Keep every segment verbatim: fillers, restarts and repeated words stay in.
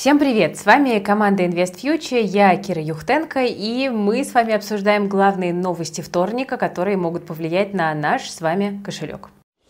Всем привет! С вами команда InvestFuture, я Кира Юхтенко, и мы с вами обсуждаем главные новости вторника, которые могут повлиять на наш с вами кошелек.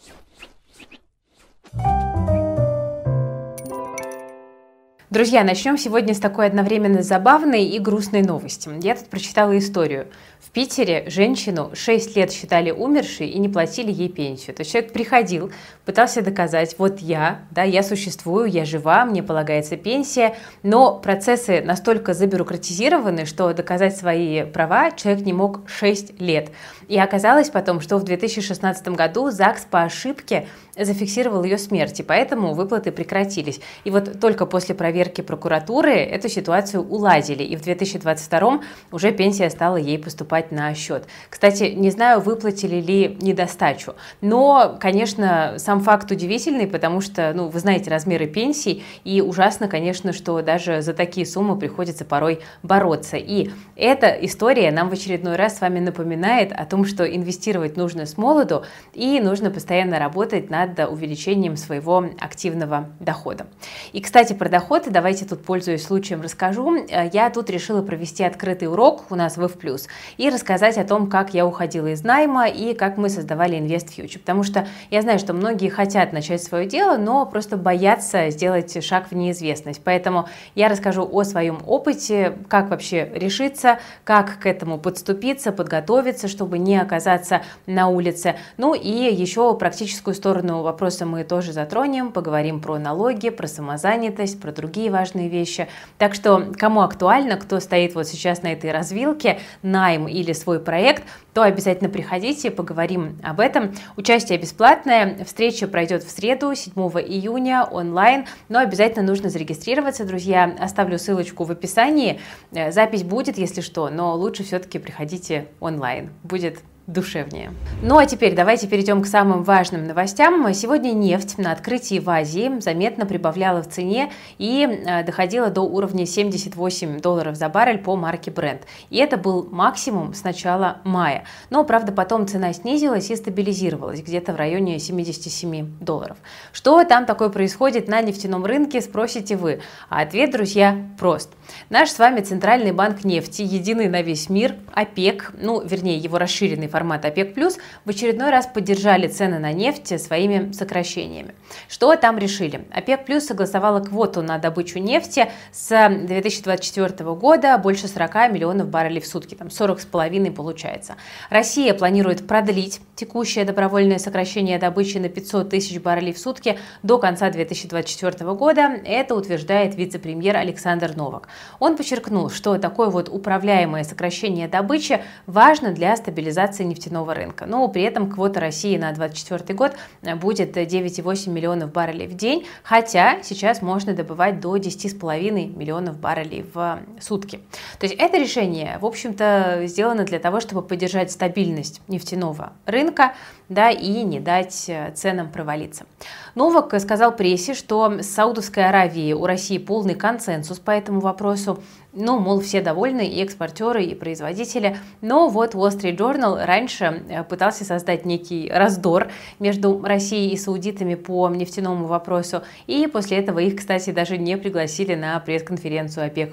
Друзья, начнем сегодня с такой одновременно забавной и грустной новости. Я тут прочитала историю. В Питере женщину шесть лет считали умершей и не платили ей пенсию. То есть человек приходил, пытался доказать, вот я, да, я существую, я жива, мне полагается пенсия, но процессы настолько забюрократизированы, что доказать свои права человек не мог шесть лет. И оказалось потом, что в две тысячи шестнадцатом году ЗАГС по ошибке зафиксировал ее смерть, и поэтому выплаты прекратились. И вот только после проверки прокуратуры эту ситуацию уладили, и в две тысячи двадцать втором уже пенсия стала ей поступать на счет. Кстати, не знаю, выплатили ли недостачу, но, конечно, сам факт удивительный, потому что, ну, вы знаете размеры пенсий, и ужасно, конечно, что даже за такие суммы приходится порой бороться. И эта история нам в очередной раз с вами напоминает о том, что инвестировать нужно с молоду, и нужно постоянно работать над увеличением своего активного дохода. И, кстати, про доходы, давайте тут, пользуясь случаем, расскажу. Я тут решила провести открытый урок у нас в F плюс и рассказать о том, как я уходила из найма и как мы создавали InvestFuture. Потому что я знаю, что многие хотят начать свое дело, но просто боятся сделать шаг в неизвестность. Поэтому я расскажу о своем опыте, как вообще решиться, как к этому подступиться, подготовиться, чтобы не оказаться на улице. Ну и еще практическую сторону вопроса мы тоже затронем, поговорим про налоги, про самозанятость, про другие важные вещи. Так что, кому актуально, кто стоит вот сейчас на этой развилке, найм или свой проект, то обязательно приходите, поговорим об этом. Участие бесплатное, встреча пройдет в среду, седьмого июня, онлайн, но обязательно нужно зарегистрироваться, друзья. Оставлю ссылочку в описании, запись будет, если что, но лучше все-таки приходите онлайн, будет душевнее. Ну а теперь давайте перейдем к самым важным новостям. Сегодня нефть на открытии в Азии заметно прибавляла в цене и доходила до уровня семьдесят восемь долларов за баррель по марке Brent. И это был максимум с начала мая. Но, правда, потом цена снизилась и стабилизировалась где-то в районе семидесяти семи долларов. Что там такое происходит на нефтяном рынке, спросите вы. А ответ, друзья, прост. Наш с вами Центральный банк нефти, единый на весь мир, ОПЕК, ну, вернее, его расширенный формат ОПЕК+, в очередной раз поддержали цены на нефть своими сокращениями. Что там решили? ОПЕК+ согласовала квоту на добычу нефти с две тысячи двадцать четвёртого года больше сорока миллионов баррелей в сутки, там сорок с половиной получается. Россия планирует продлить текущее добровольное сокращение добычи на пятьсот тысяч баррелей в сутки до конца две тысячи двадцать четвёртого года. Это утверждает вице-премьер Александр Новак. Он подчеркнул, что такое вот управляемое сокращение добычи важно для стабилизации нефтяного рынка. Но при этом квота России на две тысячи двадцать четвёртый год будет девять и восемь десятых миллионов баррелей в день, хотя сейчас можно добывать до десяти с половиной миллионов баррелей в сутки. То есть это решение, в общем-то, сделано для того, чтобы поддержать стабильность нефтяного рынка, да, и не дать ценам провалиться. Новак сказал прессе, что с Саудовской Аравией у России полный консенсус по этому вопросу. Ну, мол, все довольны, и экспортеры, и производители. Но вот Wall Street Journal раньше пытался создать некий раздор между Россией и саудитами по нефтяному вопросу. И после этого их, кстати, даже не пригласили на пресс-конференцию ОПЕК+.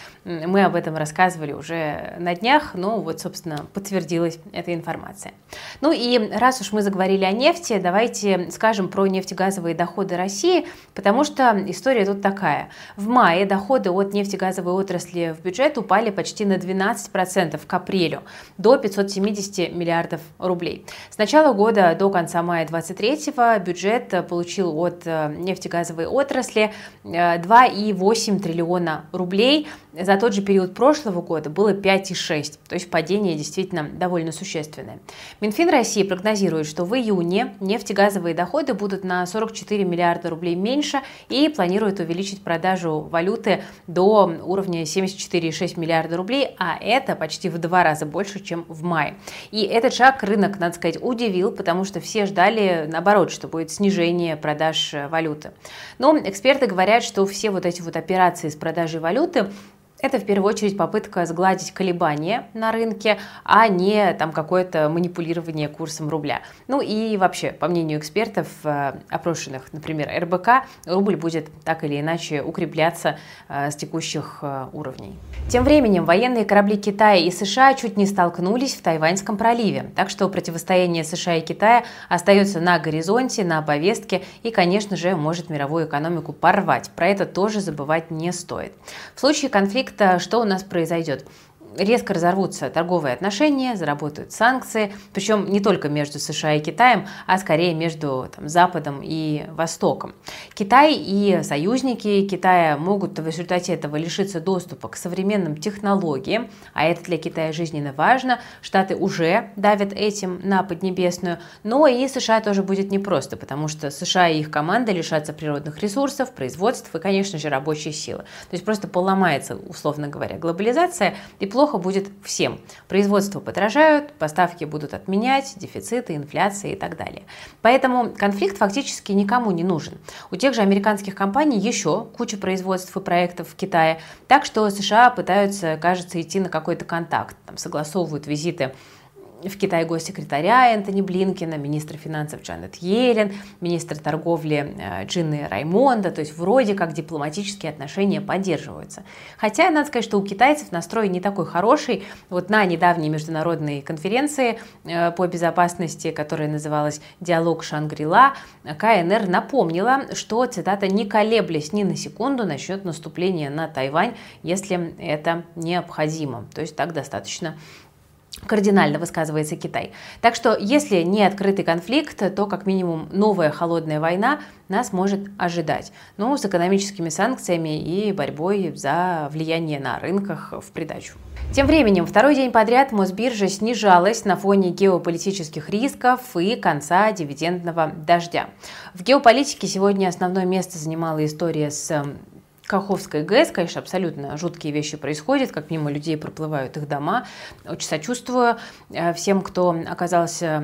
Мы об этом рассказывали уже на днях, но вот, собственно, подтвердилась эта информация. Ну и раз уж мы заговорили о нефти, давайте скажем про нефтегазовые доходы России, потому что история тут такая. В мае доходы от нефтегазовой отрасли в бюджет упали почти на двенадцать процентов к апрелю, до пятисот семидесяти миллиардов рублей. С начала года до конца мая две тысячи двадцать третьего бюджет получил от нефтегазовой отрасли два и восемь триллиона рублей. За тот же период прошлого года было пять и шесть, то есть падение действительно довольно существенное. Минфин России прогнозирует, что в июне нефтегазовые доходы будут на сорок четыре миллиарда рублей меньше и планирует увеличить продажу валюты до уровня семьдесят четыре и шесть десятых миллиарда рублей, а это почти в два раза больше, чем в мае. И этот шаг рынок, надо сказать, удивил, потому что все ждали, наоборот, что будет снижение продаж валюты. Но эксперты говорят, что все вот эти вот операции с продажей валюты Это в первую очередь попытка сгладить колебания на рынке, а не там какое-то манипулирование курсом рубля. Ну и вообще, по мнению экспертов, опрошенных, например, эр бэ ка, рубль будет так или иначе укрепляться с текущих уровней. Тем временем военные корабли Китая и США чуть не столкнулись в Тайваньском проливе, так что противостояние США и Китая остается на горизонте, на повестке и, конечно же, может мировую экономику порвать. Про это тоже забывать не стоит. В случае конфликта что у нас произойдет? Резко разорвутся торговые отношения, заработают санкции, причем не только между США и Китаем, а скорее между там, Западом и Востоком. Китай и союзники Китая могут в результате этого лишиться доступа к современным технологиям, а это для Китая жизненно важно. Штаты уже давят этим на Поднебесную, но и США тоже будет непросто, потому что США и их команда лишатся природных ресурсов, производств и, конечно же, рабочей силы. То есть просто поломается, условно говоря, глобализация, и плохо будет всем. Производство подорожают, поставки будут отменять, дефициты, инфляция и так далее. Поэтому конфликт фактически никому не нужен. У тех же американских компаний еще куча производств и проектов в Китае, так что США пытаются, кажется, идти на какой-то контакт, там, согласовывают визиты в Китай госсекретаря Энтони Блинкена, министра финансов Джанет Йеллен, министра торговли Джинны Раймонда, то есть вроде как дипломатические отношения поддерживаются. Хотя, надо сказать, что у китайцев настрой не такой хороший. Вот на недавней международной конференции по безопасности, которая называлась «Диалог Шангри-Ла», ка эн эр напомнила, что, цитата, «не колеблясь ни на секунду начнет наступление на Тайвань, если это необходимо». То есть так достаточно кардинально высказывается Китай. Так что, если не открытый конфликт, то как минимум новая холодная война нас может ожидать. Ну, с экономическими санкциями и борьбой за влияние на рынках в придачу. Тем временем, второй день подряд Мосбиржа снижалась на фоне геополитических рисков и конца дивидендного дождя. В геополитике сегодня основное место занимала история с Каховской ГЭС. Конечно, абсолютно жуткие вещи происходят, как мимо людей проплывают их дома. Очень сочувствую всем, кто оказался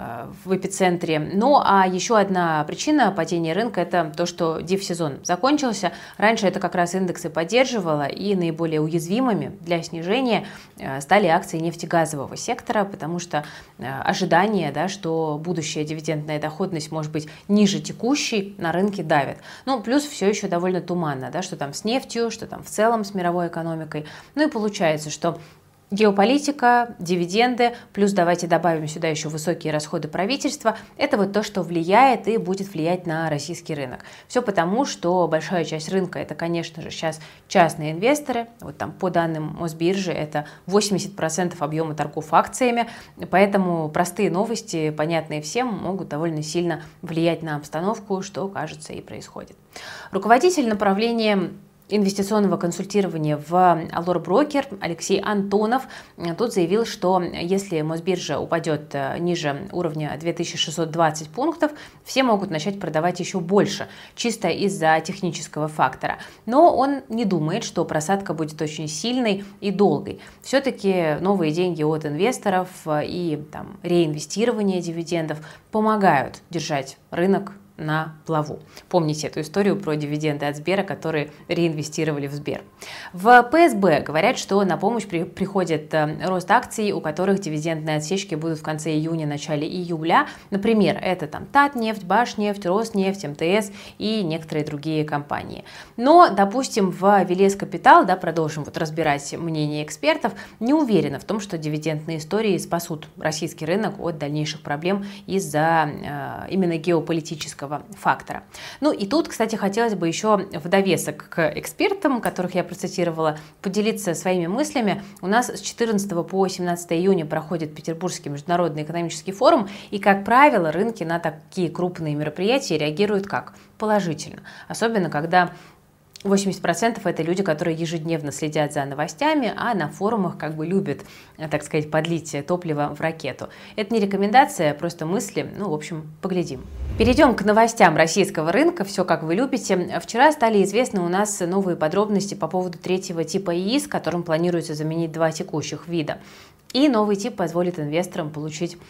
в эпицентре. Ну, а еще одна причина падения рынка – это то, что див-сезон закончился. Раньше это как раз индексы поддерживало, и наиболее уязвимыми для снижения стали акции нефтегазового сектора, потому что ожидание, да, что будущая дивидендная доходность может быть ниже текущей, на рынке давит. Ну, плюс все еще довольно туманно, да, что что там с нефтью, что там в целом с мировой экономикой. Ну и получается, что геополитика, дивиденды, плюс давайте добавим сюда еще высокие расходы правительства, это вот то, что влияет и будет влиять на российский рынок. Все потому, что большая часть рынка это, конечно же, сейчас частные инвесторы, вот там по данным Мосбиржи это восемьдесят процентов объема торгов акциями, поэтому простые новости, понятные всем, могут довольно сильно влиять на обстановку, что, кажется, и происходит. Руководитель направления инвестиционного консультирования в Allure Broker Алексей Антонов тут заявил, что если Мосбиржа упадет ниже уровня две тысячи шестьсот двадцать пунктов, все могут начать продавать еще больше, чисто из-за технического фактора. Но он не думает, что просадка будет очень сильной и долгой. Все-таки новые деньги от инвесторов и там, реинвестирование дивидендов помогают держать рынок на плаву. Помните эту историю про дивиденды от Сбера, которые реинвестировали в Сбер. В пэ эс бэ говорят, что на помощь при, приходит рост акций, у которых дивидендные отсечки будут в конце июня, начале июля. Например, это там Татнефть, Башнефть, Роснефть, эм тэ эс и некоторые другие компании. Но, допустим, в Велес Капитал, да, продолжим вот разбирать мнение экспертов, не уверена в том, что дивидендные истории спасут российский рынок от дальнейших проблем из-за э, именно геополитического фактора. Ну и тут, кстати, хотелось бы еще в довесок к экспертам, которых я процитировала, поделиться своими мыслями. У нас с четырнадцатого по семнадцатое июня проходит Петербургский международный экономический форум, и, как правило, рынки на такие крупные мероприятия реагируют как? Положительно. Особенно, когда восемьдесят процентов это люди, которые ежедневно следят за новостями, а на форумах как бы любят, так сказать, подлить топливо в ракету. Это не рекомендация, просто мысли. Ну, в общем, поглядим. Перейдем к новостям российского рынка. Все, как вы любите. Вчера стали известны у нас новые подробности по поводу третьего типа ИИС, которым планируется заменить два текущих вида. И новый тип позволит инвесторам получить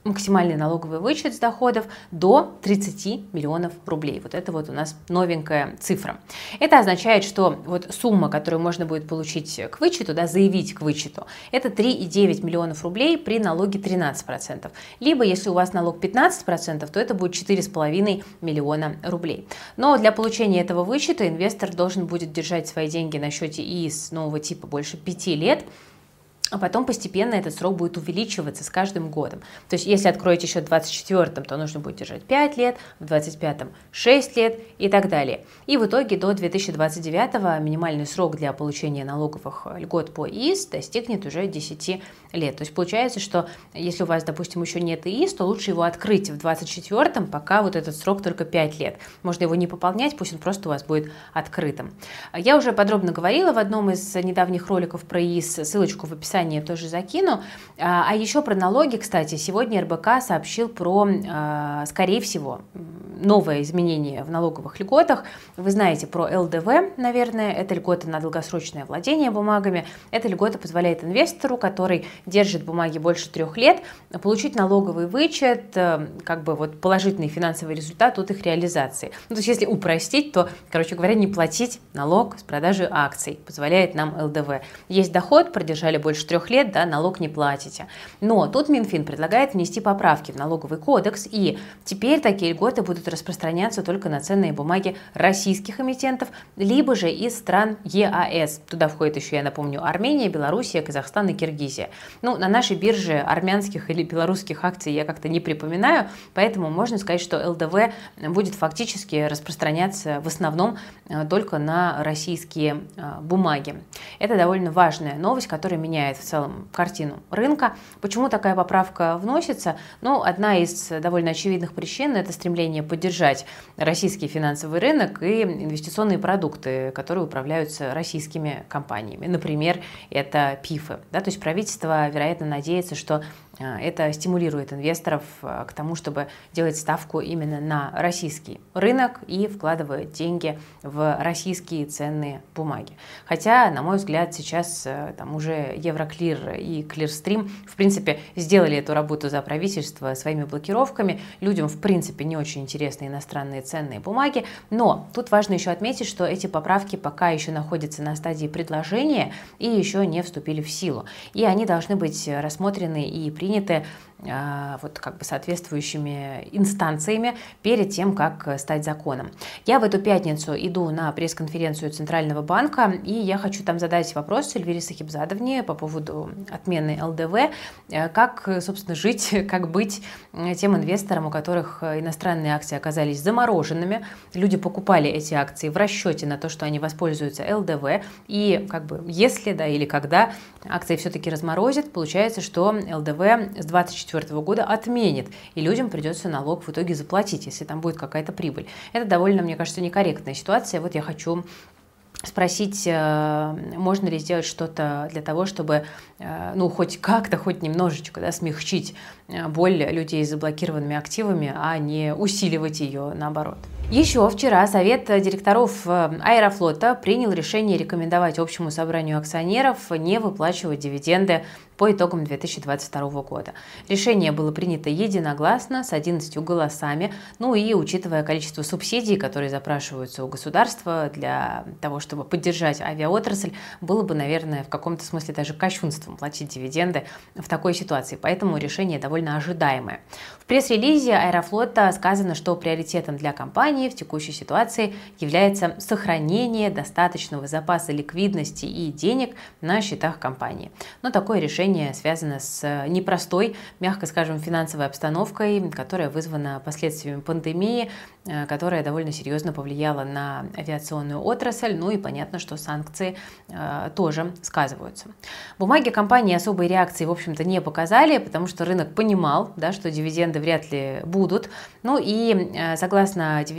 максимальный налоговый вычет с доходов до тридцати миллионов рублей. Вот это вот у нас новенькая цифра. Это означает, что вот сумма, которую можно будет получить к вычету, да, заявить к вычету, это три и девять миллионов рублей при налоге тринадцать процентов. Либо, если у вас налог пятнадцать процентов, то это будет четыре с половиной миллиона рублей. Но для получения этого вычета инвестор должен будет держать свои деньги на счете ИИС нового типа больше пяти лет, а потом постепенно этот срок будет увеличиваться с каждым годом. То есть, если откроете счет в двадцать четвёртом, то нужно будет держать пять лет, в двадцать пятом шесть лет и так далее. И в итоге до две тысячи двадцать девятого минимальный срок для получения налоговых льгот по ИИС достигнет уже десяти лет. То есть, получается, что если у вас, допустим, еще нет ИИС, то лучше его открыть в двадцать четвёртом, пока вот этот срок только пять лет. Можно его не пополнять, пусть он просто у вас будет открытым. Я уже подробно говорила в одном из недавних роликов про ИИС, ссылочку в описании тоже закину. А еще про налоги, кстати, сегодня эр бэ ка сообщил про, скорее всего, новое изменение в налоговых льготах. Вы знаете про эл дэ вэ, наверное, это льгота на долгосрочное владение бумагами. Эта льгота позволяет инвестору, который держит бумаги больше трех лет, получить налоговый вычет, как бы вот положительный финансовый результат от их реализации. Ну, то есть, если упростить, то, короче говоря, не платить налог с продажи акций позволяет нам эл дэ вэ. Есть доход, продержали больше трех лет, да, налог не платите. Но тут Минфин предлагает внести поправки в налоговый кодекс, и теперь такие льготы будут распространяться только на ценные бумаги российских эмитентов, либо же из стран е а эс. Туда входит еще, я напомню, Армения, Белоруссия, Казахстан и Киргизия. Ну, на нашей бирже армянских или белорусских акций я как-то не припоминаю, поэтому можно сказать, что эл дэ вэ будет фактически распространяться в основном только на российские бумаги. Это довольно важная новость, которая меняет в целом картину рынка. Почему такая поправка вносится? Ну, одна из довольно очевидных причин – это стремление поддержать российский финансовый рынок и инвестиционные продукты, которые управляются российскими компаниями. Например, это пифы. Да? То есть правительство, вероятно, надеется, что это стимулирует инвесторов к тому, чтобы делать ставку именно на российский рынок и вкладывать деньги в российские ценные бумаги. Хотя, на мой взгляд, сейчас там уже Евроклир и Клирстрим, в принципе, сделали эту работу за правительство своими блокировками. Людям, в принципе, не очень интересны иностранные ценные бумаги. Но тут важно еще отметить, что эти поправки пока еще находятся на стадии предложения и еще не вступили в силу. И они должны быть рассмотрены и приняты приняты вот как бы соответствующими инстанциями перед тем, как стать законом. Я в эту пятницу иду на пресс-конференцию Центрального банка, и я хочу там задать вопрос Эльвире Сахибзадовне по поводу отмены эл дэ вэ, как, собственно, жить, как быть тем инвесторам, у которых иностранные акции оказались замороженными. Люди покупали эти акции в расчете на то, что они воспользуются эл дэ вэ, и как бы если, да, или когда акции все-таки разморозят, получается, что эл дэ вэ с двадцать четвёртого года отменит, и людям придется налог в итоге заплатить, если там будет какая-то прибыль. Это довольно, мне кажется, некорректная ситуация. Вот я хочу спросить, можно ли сделать что-то для того, чтобы, ну, хоть как-то, хоть немножечко, да, смягчить боль людей с заблокированными активами, а не усиливать ее наоборот. Еще вчера Совет директоров Аэрофлота принял решение рекомендовать общему собранию акционеров не выплачивать дивиденды по итогам две тысячи двадцать второго года. Решение было принято единогласно, с одиннадцатью голосами, ну и учитывая количество субсидий, которые запрашиваются у государства для того, чтобы поддержать авиаотрасль, было бы, наверное, в каком-то смысле даже кощунством платить дивиденды в такой ситуации, поэтому решение довольно ожидаемое. В пресс-релизе Аэрофлота сказано, что приоритетом для компании в текущей ситуации является сохранение достаточного запаса ликвидности и денег на счетах компании. Но такое решение связано с непростой, мягко скажем, финансовой обстановкой, которая вызвана последствиями пандемии, которая довольно серьезно повлияла на авиационную отрасль, ну и понятно, что санкции э, тоже сказываются. Бумаги компании особой реакции, в общем-то, не показали, потому что рынок понимал, да, что дивиденды вряд ли будут. Ну и э, согласно дивидендам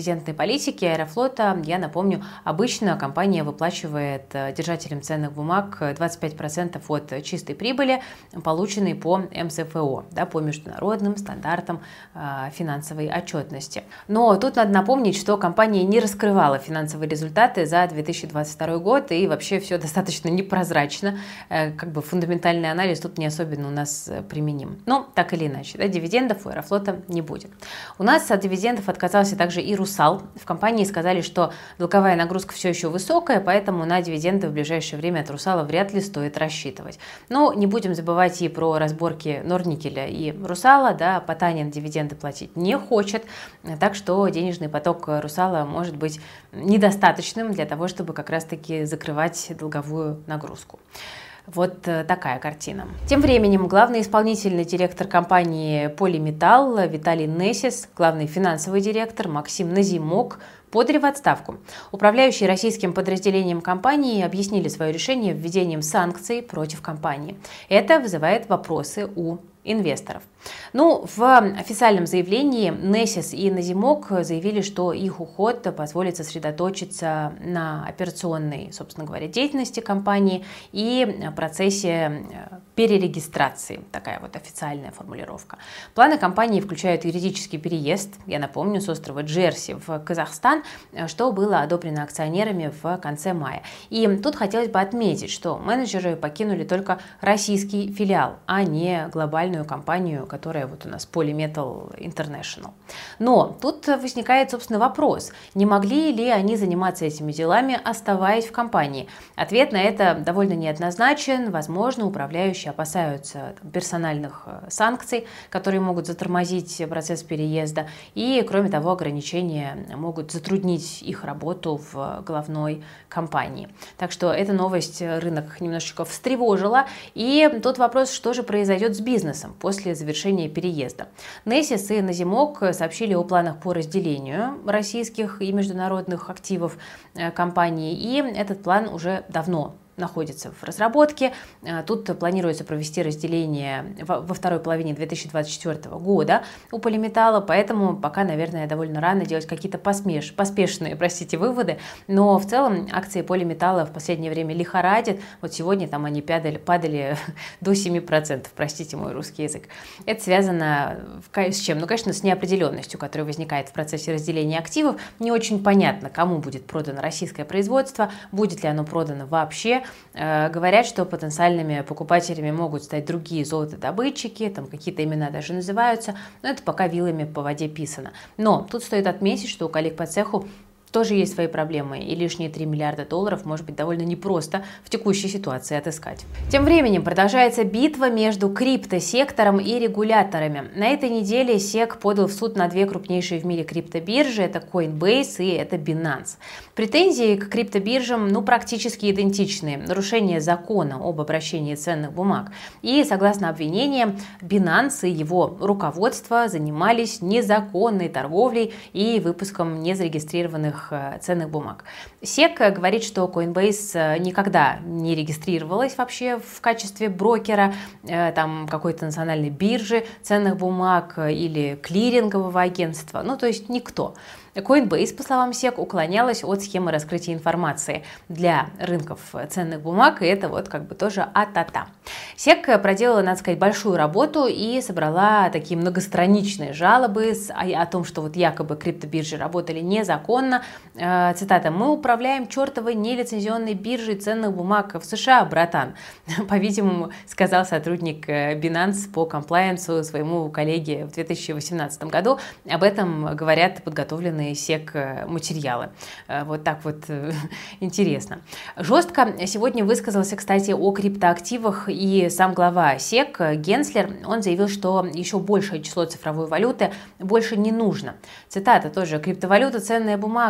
дивидендной политики Аэрофлота, я напомню, обычно компания выплачивает держателям ценных бумаг двадцать пять процентов от чистой прибыли, полученной по эм эс эф о, да, по международным стандартам э, финансовой отчетности. Но тут надо напомнить, что компания не раскрывала финансовые результаты за две тысячи двадцать второй год, и вообще все достаточно непрозрачно, э, как бы фундаментальный анализ тут не особенно у нас применим. Но так или иначе, да, дивидендов у Аэрофлота не будет. У нас от дивидендов отказался также и «Русал». В компании сказали, что долговая нагрузка все еще высокая, поэтому на дивиденды в ближайшее время от «Русала» вряд ли стоит рассчитывать. Но не будем забывать и про разборки Норникеля и «Русала». Да, Потанин дивиденды платить не хочет, так что денежный поток «Русала» может быть недостаточным для того, чтобы как раз-таки закрывать долговую нагрузку. Вот такая картина. Тем временем главный исполнительный директор компании «Полиметалл» Виталий Несис, главный финансовый директор Максим Назимок подали в отставку. Управляющие российским подразделением компании объяснили свое решение введением санкций против компании. Это вызывает вопросы у инвесторов. Ну, в официальном заявлении Несис и Назимок заявили, что их уход позволит сосредоточиться на операционной, собственно говоря, деятельности компании и процессе перерегистрации. Такая вот официальная формулировка. Планы компании включают юридический переезд, я напомню, с острова Джерси в Казахстан, что было одобрено акционерами в конце мая. И тут хотелось бы отметить, что менеджеры покинули только российский филиал, а не глобальную компанию, которая вот у нас Polymetal International. Но тут возникает, собственно, вопрос, не могли ли они заниматься этими делами, оставаясь в компании? Ответ на это довольно неоднозначен. Возможно, управляющие опасаются там персональных санкций, которые могут затормозить процесс переезда, и, кроме того, ограничения могут затруднить их работу в головной компании. Так что эта новость рынок немножечко встревожила, и тут вопрос, что же произойдет с бизнесом после завершения переезда. Несис и Назимок сообщили о планах по разделению российских и международных активов компании, и этот план уже давно находится в разработке. Тут планируется провести разделение во второй половине две тысячи двадцать четвёртого года у Полиметалла, поэтому пока, наверное, довольно рано делать какие-то посмеш... поспешные, простите, выводы, но в целом акции Полиметалла в последнее время лихорадят. Вот сегодня там они падали, падали до семи процентов, простите мой русский язык. Это связано с чем? Ну, конечно, с неопределенностью, которая возникает в процессе разделения активов. Не очень понятно, кому будет продано российское производство, будет ли оно продано вообще. Говорят, что потенциальными покупателями могут стать другие золотодобытчики, там какие-то имена даже называются, но это пока вилами по воде писано. Но тут стоит отметить, что у коллег по цеху тоже есть свои проблемы, и лишние три миллиарда долларов может быть довольно непросто в текущей ситуации отыскать. Тем временем продолжается битва между криптосектором и регуляторами. На этой неделе сек подал в суд на две крупнейшие в мире криптобиржи, это Coinbase и это Binance. Претензии к криптобиржам ну, практически идентичные. Нарушение закона об обращении ценных бумаг. И, согласно обвинениям, Binance и его руководство занимались незаконной торговлей и выпуском незарегистрированных ценных бумаг. сек говорит, что Coinbase никогда не регистрировалась вообще в качестве брокера там какой-то национальной биржи ценных бумаг или клирингового агентства, ну то есть никто. Coinbase, по словам сек, уклонялась от схемы раскрытия информации для рынков ценных бумаг, и это вот как бы тоже а-та-та. сек проделала, надо сказать, большую работу и собрала такие многостраничные жалобы о том, что вот якобы криптобиржи работали незаконно. Цитата: «Мы управляем чертовой нелицензионной биржей ценных бумаг в США, братан», по-видимому, сказал сотрудник Binance по комплаенсу своему коллеге в две тысячи восемнадцатом году. Об этом говорят подготовленные сек материалы. Вот так вот интересно. Жестко сегодня высказался, кстати, о криптоактивах и сам глава сек Генслер. Он заявил, что еще большее число цифровой валюты больше не нужно. Цитата тоже: «Криптовалюта — ценная бумага,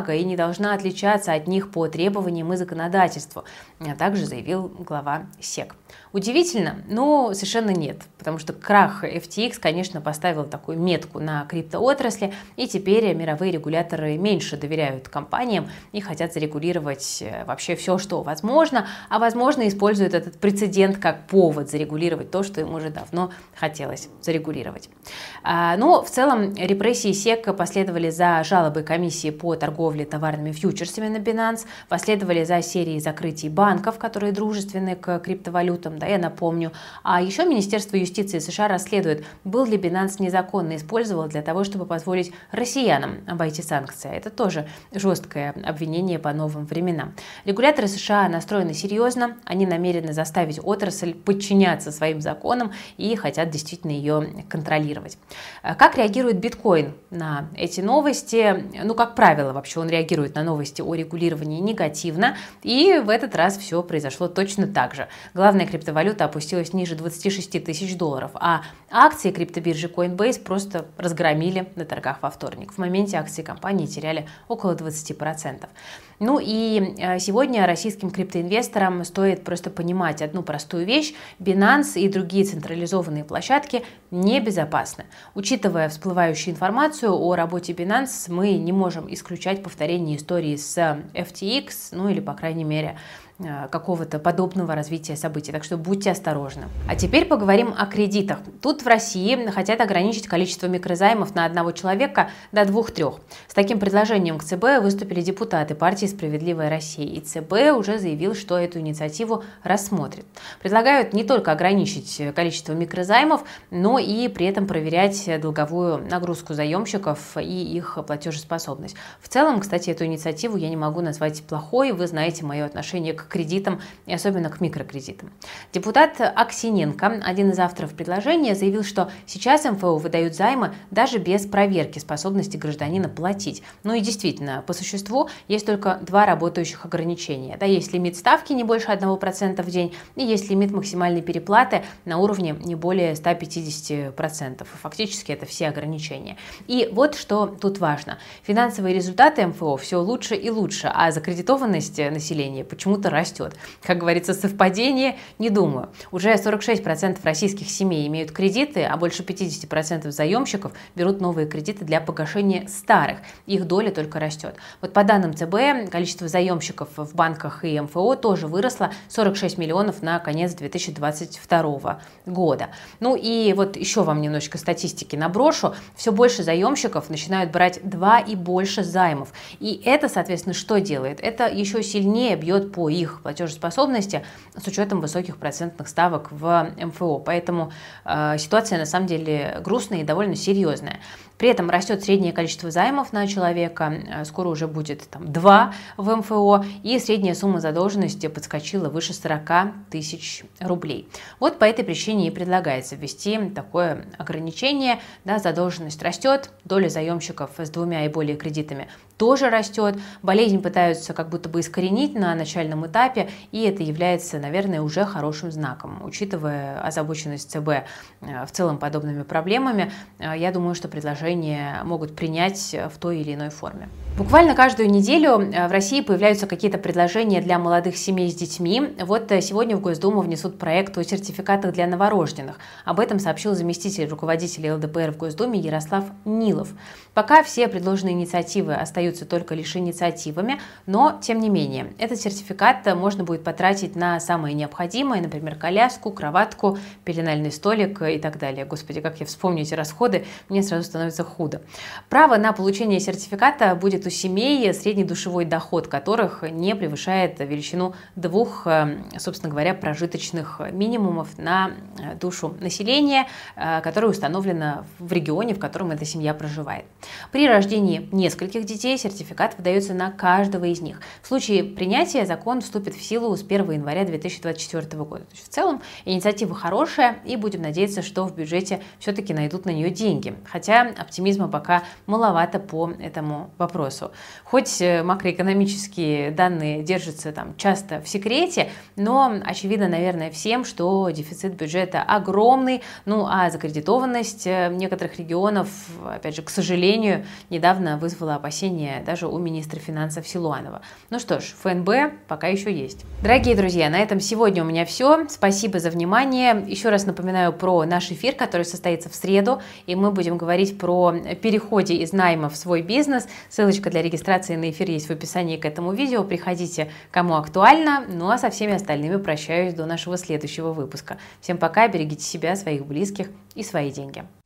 бумага и не должна отличаться от них по требованиям и законодательству, также заявил глава сек. Удивительно? Ну, совершенно нет, потому что крах эф ти экс, конечно, поставил такую метку на криптоотрасли, и теперь мировые регуляторы меньше доверяют компаниям и хотят зарегулировать вообще все, что возможно, а возможно используют этот прецедент как повод зарегулировать то, что им уже давно хотелось зарегулировать. Но в целом репрессии сек последовали за жалобой комиссии по торговле товарными фьючерсами на Binance, последовали за серией закрытий банков, которые дружественны к криптовалютам, да, я напомню. А еще Министерство юстиции США расследует, был ли Binance незаконно использовал для того, чтобы позволить россиянам обойти санкции. Это тоже жесткое обвинение по новым временам. Регуляторы США настроены серьезно, они намерены заставить отрасль подчиняться своим законам и хотят действительно ее контролировать. Как реагирует биткоин на эти новости? Ну, как правило, вообще он реагирует на новости о регулировании негативно, и в этот раз все произошло точно так же. Главная криптовалюта Валюта опустилась ниже двадцати шести тысяч долларов, а акции криптобиржи Coinbase просто разгромили на торгах во вторник. В моменте акции компании теряли около двадцати процентов. Ну и сегодня российским криптоинвесторам стоит просто понимать одну простую вещь. Binance и другие централизованные площадки небезопасны. Учитывая всплывающую информацию о работе Binance, мы не можем исключать повторение истории с эф ти экс, ну или, по крайней мере, какого-то подобного развития событий. Так что будьте осторожны. А теперь поговорим о кредитах. Тут в России хотят ограничить количество микрозаймов на одного человека до двух-трех. С таким предложением к ЦБ выступили депутаты партии «Справедливая Россия». И ЦБ уже заявил, что эту инициативу рассмотрит. Предлагают не только ограничить количество микрозаймов, но и при этом проверять долговую нагрузку заемщиков и их платежеспособность. В целом, кстати, эту инициативу я не могу назвать плохой. Вы знаете мое отношение к кредитам и особенно к микрокредитам. Депутат Аксененко, один из авторов предложения, заявил, что сейчас эм эф о выдают займы даже без проверки способности гражданина платить. Ну и действительно, по существу есть только два работающих ограничения. Да, есть лимит ставки не больше одного процента в день и есть лимит максимальной переплаты на уровне не более ста пятидесяти процентов. Фактически это все ограничения. И вот что тут важно. Финансовые результаты эм эф о все лучше и лучше, а закредитованность населения почему-то растет. Как говорится, совпадение? Не думаю. Уже сорок шесть процентов российских семей имеют кредиты, а больше пятидесяти процентов заемщиков берут новые кредиты для погашения старых. Их доля только растет. Вот по данным ЦБ, количество заемщиков в банках и эм эф о тоже выросло сорок шесть миллионов на конец две тысячи двадцать второго года. Ну и вот еще вам немножечко статистики наброшу. Все больше заемщиков начинают брать два и больше займов. И это, соответственно, что делает? Это еще сильнее бьет по их платежеспособности с учетом высоких процентных ставок в эм эф о. Поэтому э, ситуация на самом деле грустная и довольно серьезная. При этом растет среднее количество займов на человека, скоро уже будет там два в эм эф о, и средняя сумма задолженности подскочила выше сорока тысяч рублей. Вот по этой причине и предлагается ввести такое ограничение. Да, задолженность растет, доля заемщиков с двумя и более кредитами тоже растет. Болезнь пытаются как будто бы искоренить на начальном этапе, и это является, наверное, уже хорошим знаком. Учитывая озабоченность ЦБ в целом подобными проблемами, я думаю, что предложения могут принять в той или иной форме. Буквально каждую неделю в России появляются какие-то предложения для молодых семей с детьми. Вот сегодня в Госдуму внесут проект о сертификатах для новорожденных. Об этом сообщил заместитель руководителя эл дэ пэ эр в Госдуме Ярослав Нилов. Пока все предложенные инициативы остаются только лишь инициативами, но тем не менее, этот сертификат можно будет потратить на самое необходимое, например, коляску, кроватку, пеленальный столик и так далее. Господи, как я вспомню эти расходы, мне сразу становится худо. Право на получение сертификата будет у семей, средний душевой доход которых не превышает величину двух, собственно говоря, прожиточных минимумов на душу населения, которое установлено в регионе, в котором эта семья проживает. При рождении нескольких детей сертификат выдается на каждого из них. В случае принятия закон вступит в силу с первого января две тысячи двадцать четвёртого года. То есть в целом инициатива хорошая, и будем надеяться, что в бюджете все-таки найдут на нее деньги. Хотя оптимизма пока маловато по этому вопросу. Хоть макроэкономические данные держатся там часто в секрете, но очевидно, наверное, всем, что дефицит бюджета огромный, ну а закредитованность некоторых регионов, опять же, к сожалению, недавно вызвала опасения давление даже у министра финансов Силуанова. Ну что ж, ФНБ пока еще есть. Дорогие друзья, на этом сегодня у меня все. Спасибо за внимание. Еще раз напоминаю про наш эфир, который состоится в среду, и мы будем говорить про переходе из найма в свой бизнес. Ссылочка для регистрации на эфир есть в описании к этому видео. Приходите, кому актуально. Ну а со всеми остальными прощаюсь до нашего следующего выпуска. Всем пока, берегите себя, своих близких и свои деньги.